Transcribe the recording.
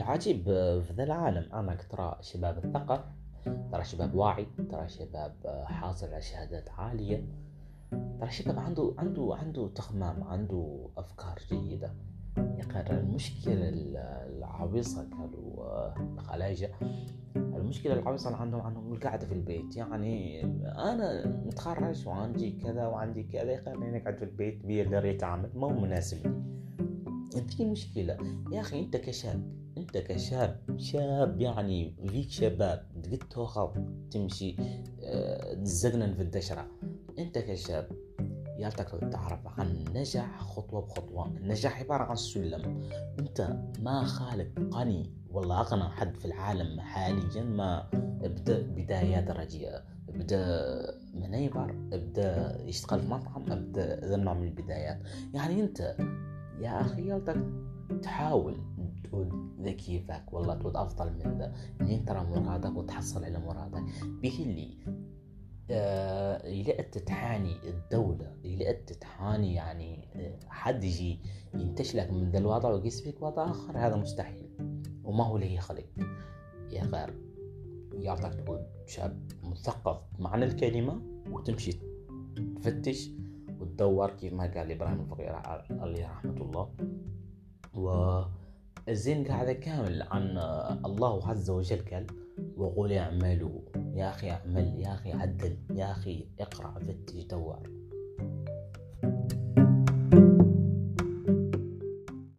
العجيب في ذا العالم أنك ترى شباب مثقف، ترى شباب واعي، ترى شباب حاصل على شهادات عالية، ترى شباب عنده تخمام، عنده أفكار جيدة. يا أخي المشكلة العويصة قالوا الخلايجة، المشكلة العويصة اللي عندهم القعدة في البيت. يعني أنا متخرج وعندي كذا وعندي كذا، يا أخي خليني أقعد في البيت بيقدر يتعامل، ما هو مناسب لي. دي مشكلة يا أخي. أنت كشاب يعني فيك شباب قد تأخذ تمشي تزقنن في الدشرة. أنت كشاب يالتك تعرف عن النجاح خطوة بخطوة. النجاح عبارة عن سلم. أنت ما خالق غني والله أغنى حد في العالم حاليا ما ابدأ بدايات رجيئة، ابدأ منيبر، ابدأ يشتغل في مطعم، ابدأ ذا النوع من البدايات. يعني أنت يا أخي يالتك تحاول تكون ذكي فيك، والله تكون أفضل من ذا، إن ترى مرادك وتحصل على مرادك. به اللي يلقت تتحاني الدولة، يلقت تتحاني يعني حد يجي ينتشلك من ذا الوضع ويقيس فيك وضع آخر، هذا مستحيل وما هو له خلق. يا غير يارتك تكون شاب مثقف معنى الكلمة، وتمشي تفتش وتدور كيف ما قال إبراهيم الفقير عليه رحمة الله. والزين قاعدة كامل عن الله عز وجل قال وقول اعملوا. يا أخي اعمل، يا أخي عدل، يا أخي اقرأ فتش دور.